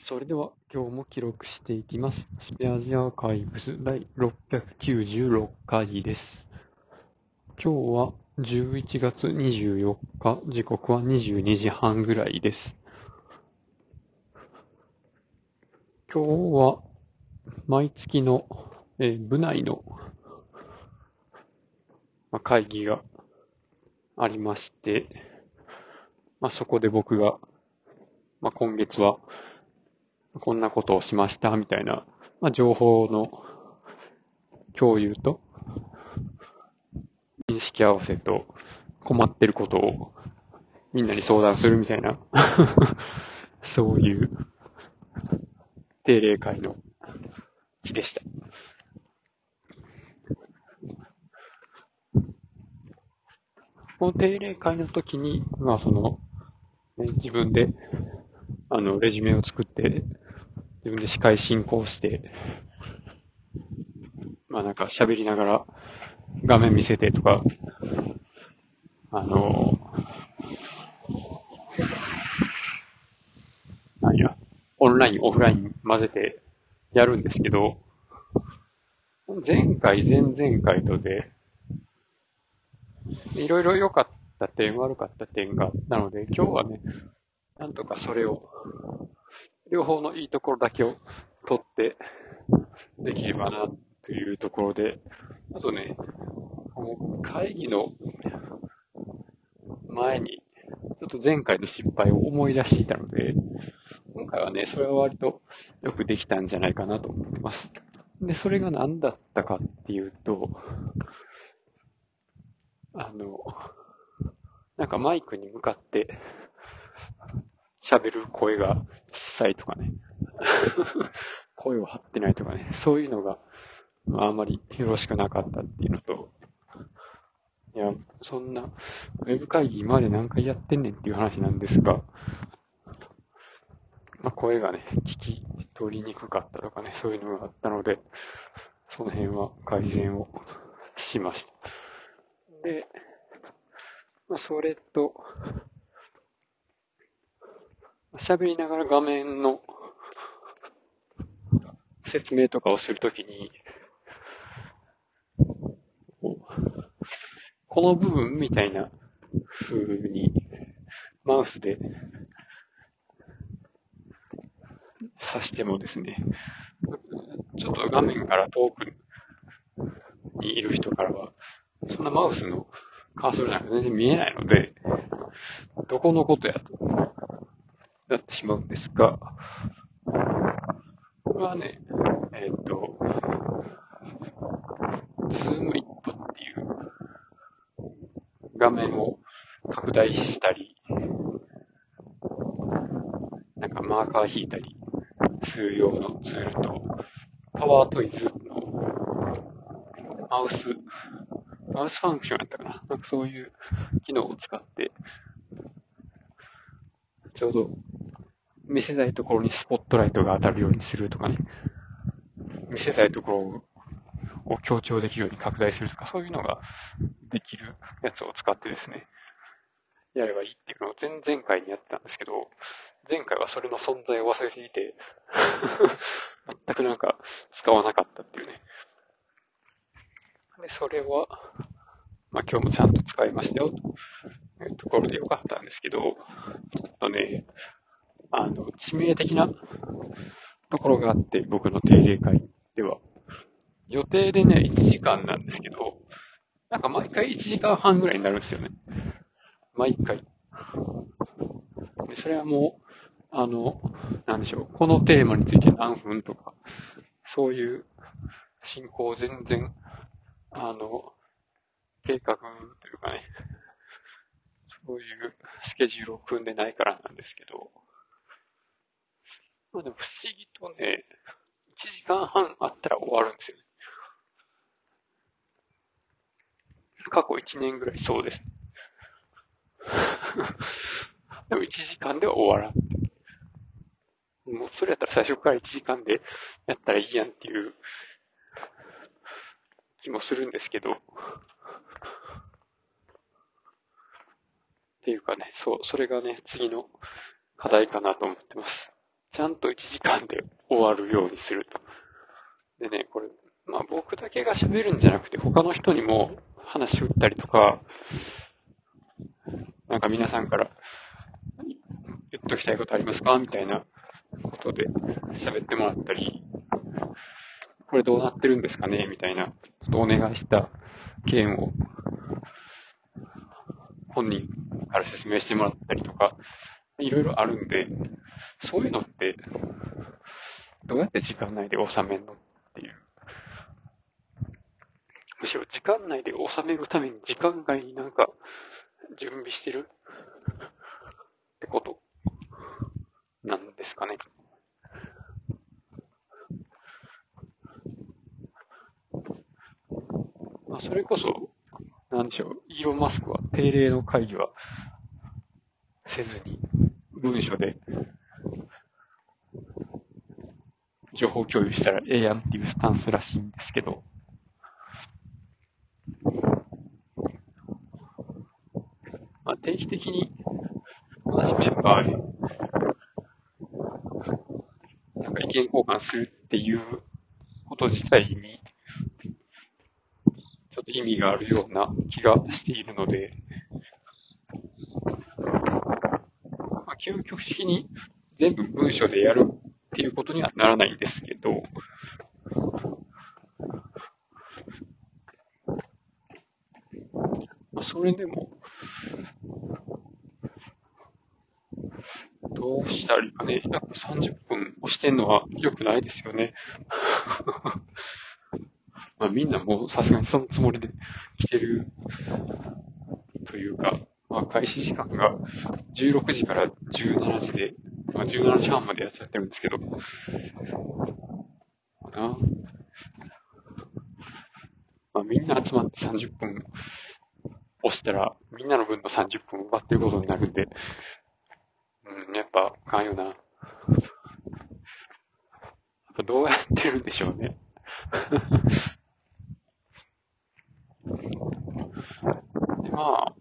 それでは今日も記録していきます。スペアジアーカイブス第696回です。今日は11月24日、時刻は22時半ぐらいです。今日は毎月の、部内の、会議がありまして、そこで僕が、今月はこんなことをしましたみたいな、情報の共有と認識合わせと困ってることをみんなに相談するみたいなそういう定例会の日でした。この定例会の時に、自分で、レジュメを作って、自分で司会進行して、喋りながら画面見せてとか、あの、オンライン、オフライン混ぜてやるんですけど、前回、前々回とで、いろいろ良かった点、悪かった点があったので、今日はね、なんとかそれを、両方のいいところだけを取ってできればな、というところで、あとね、会議の前に、ちょっと前回の失敗を思い出していたので、今回はね、それは割とよくできたんじゃないかなと思ってます。で、それが何だったかっていうと、あの、マイクに向かって喋る声が小さいとかね、声を張ってないとかね、そういうのが、あんまりよろしくなかったっていうのと、いや、そんな、ウェブ会議今まで何回やってんねんっていう話なんですが、声がね、聞き取りにくかったとかね、そういうのがあったので、その辺は改善をしました。で、それと、喋りながら画面の説明とかをするときに、この部分みたいな風にマウスで指してもですね、ちょっと画面から遠くにいる人からは、そんなマウスのカーソルなんか全然見えないので、どこのことやとなってしまうんですが、これはね、ズームイットっていう画面を拡大したり、マーカー引いたりする用のツールと、パワートイズのマウスファンクションやったかな。そういう機能を使って、ちょうど見せたいところにスポットライトが当たるようにするとかね、見せたいところを強調できるように拡大するとか、そういうのができるやつを使ってですね、やればいいっていうのを前々回にやってたんですけど、前回はそれの存在を忘れていて全く使わなかったっていうね。で、それは、今日もちゃんと使いましたよというところでよかったんですけど、ちょっとね、致命的なところがあって、僕の定例会では。予定でね、1時間なんですけど、毎回1時間半ぐらいになるんですよね。毎回。で、それはもう、なんでしょう、このテーマについて何分とか、そういう進行を全然、計画というかね、そういうスケジュールを組んでないからなんですけど、でも不思議とね、1時間半あったら終わるんですよね。過去1年ぐらいそうです。でも1時間では終わらん。もうそれやったら最初から1時間でやったらいいやんっていう気もするんですけど、っていうかね、それがね、次の課題かなと思ってます。 ちゃんと1時間で終わるようにすると。でね、これ、まあ僕だけが喋るんじゃなくて、他の人にも話を振ったりとか、なんか皆さんから言っときたいことありますかみたいなことで喋ってもらったり、これどうなってるんですかねみたいな、ちょっとお願いした件を本人から説明してもらったりとか、いろいろあるんで、そういうのってどうやって時間内で収めるのっていう。むしろ時間内で収めるために時間外になんか準備してるってことなんですかね。まあ、それこそ、なんでしょう、イーロン・マスクは定例の会議はせずに文書で情報共有したらええやんっていうスタンスらしいんですけど、まあ、定期的に同じメンバーでなんか意見交換するっていうこと自体にちょっと意味があるような気がしているので、まあ、究極的に全部文書でやるっていうことにはならないんですけど、まあ、それでもどうしたらいいかね。やっぱ30分押してんのは良くないですよね。まあみんなもうさすがにそのつもりで来てるというか、まあ開始時間が16時から17時で、まあ17時半までやっちゃってるんですけど、なまあみんな集まって30分押したら、みんなの分の30分奪ってることになるんで、やっぱあかんよな。やっぱどうやってるんでしょうね。でまあ、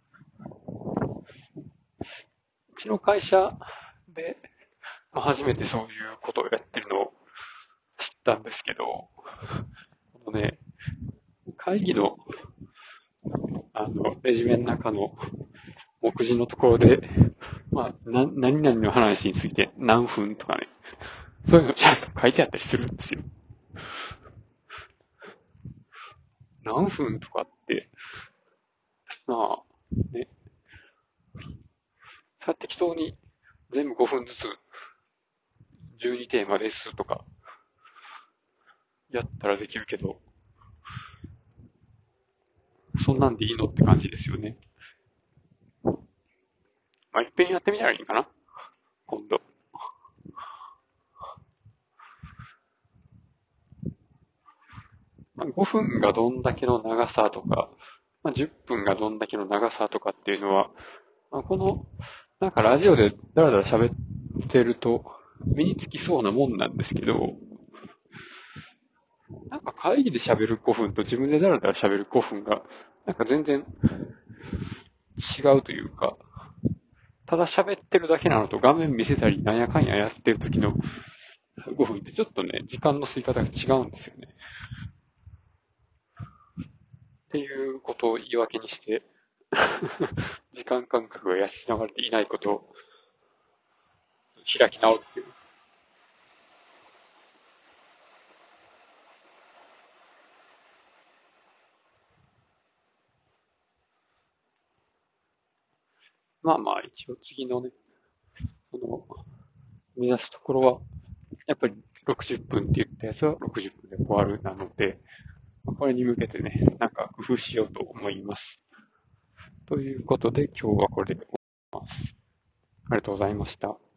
うちの会社で、まあ、初めてそういうことをやってるのを知ったんですけど、このね、会議の、レジュメの中の目次のところで、まあ、何々の話について何分とかね、そういうのちゃんと書いてあったりするんですよ。何分とかって、まあ、ね、さ適当に全部5分ずつ12テーマですとかやったらできるけど、そんなんでいいのって感じですよね。まあ、いっぺんやってみたらいいかな今度。まあ、5分がどんだけの長さとか、まあ、10分がどんだけの長さとかっていうのは、まあ、この、なんかラジオでだらだら喋ってると身につきそうなもんなんですけど、なんか会議で喋る5分と自分でだらだら喋る5分が、なんか全然違うというか、ただ喋ってるだけなのと画面見せたりなんやかんややってる時の5分ってちょっとね、時間の吸い方が違うんですよね。っていうことを言い訳にして、時間感覚が養われていないことを開き直ってる。まあまあ、一応次のね、その、目指すところは、やっぱり60分って言ったやつは60分で終わるなので、これに向けてね、なんか工夫しようと思います。ということで、今日はこれで終わります。ありがとうございました。